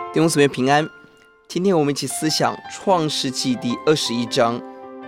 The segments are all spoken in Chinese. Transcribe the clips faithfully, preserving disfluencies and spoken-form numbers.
弟兄姊妹平安，今天我们一起思想创世纪第二十一章。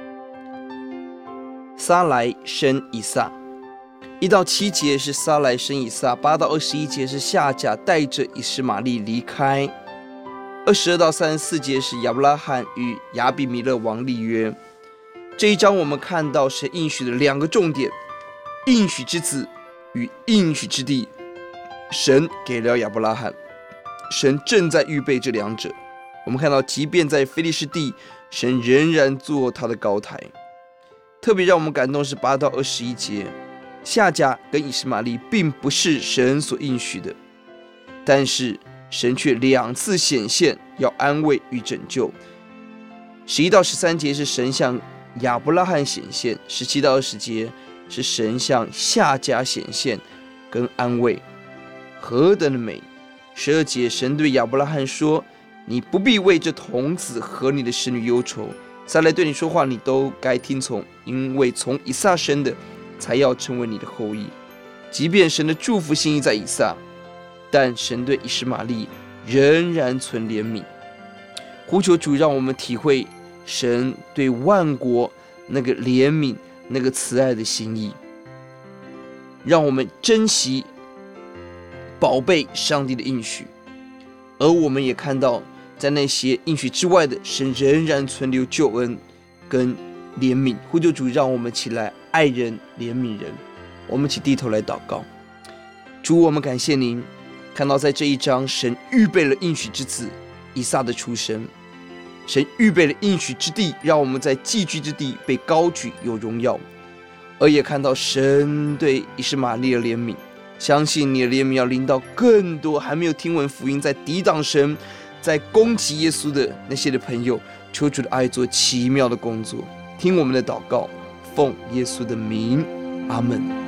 撒来生以撒，一到七节是撒来生以撒，八到二十一节是夏甲带着以实玛利离开，二十二到三十四节是亚伯拉罕与亚比米勒王立约。这一章我们看到神应许的两个重点：应许之子与应许之地。神给了亚伯拉罕，神正在预备这两者。我们看到，即便在非利士地，神仍然做他的高台。特别让我们感动是八到二十一节，夏甲跟以实玛利并不是神所应许的，但是神却两次显现，要安慰与拯救。十一到十三节是神向亚伯拉罕显现，十七到二十节是神向夏甲显现跟安慰，何等的美！十二节，神对亚伯拉罕说：“你不必为这童子和你的使女忧愁，撒来对你说话，你都该听从，因为从以撒生的，才要成为你的后裔。”即便神的祝福心意在以撒，但神对以实玛利仍然存怜悯。呼求主，让我们体会神对万国那个怜悯、那个慈爱的心意，让我们珍惜宝贝上帝的应许。而我们也看到，在那些应许之外的，神仍然存留救恩跟怜悯。呼求主，让我们起来爱人、怜悯人。我们一起低头来祷告。主，我们感谢您，看到在这一章，神预备了应许之子以撒的出生，神预备了应许之地，让我们在寄居之地被高举有荣耀。而也看到神对以实玛利的怜悯，相信你的怜悯要临到更多还没有听闻福音，在抵挡神、在攻击耶稣的那些的朋友。求主的爱做奇妙的工作，听我们的祷告，奉耶稣的名，阿们。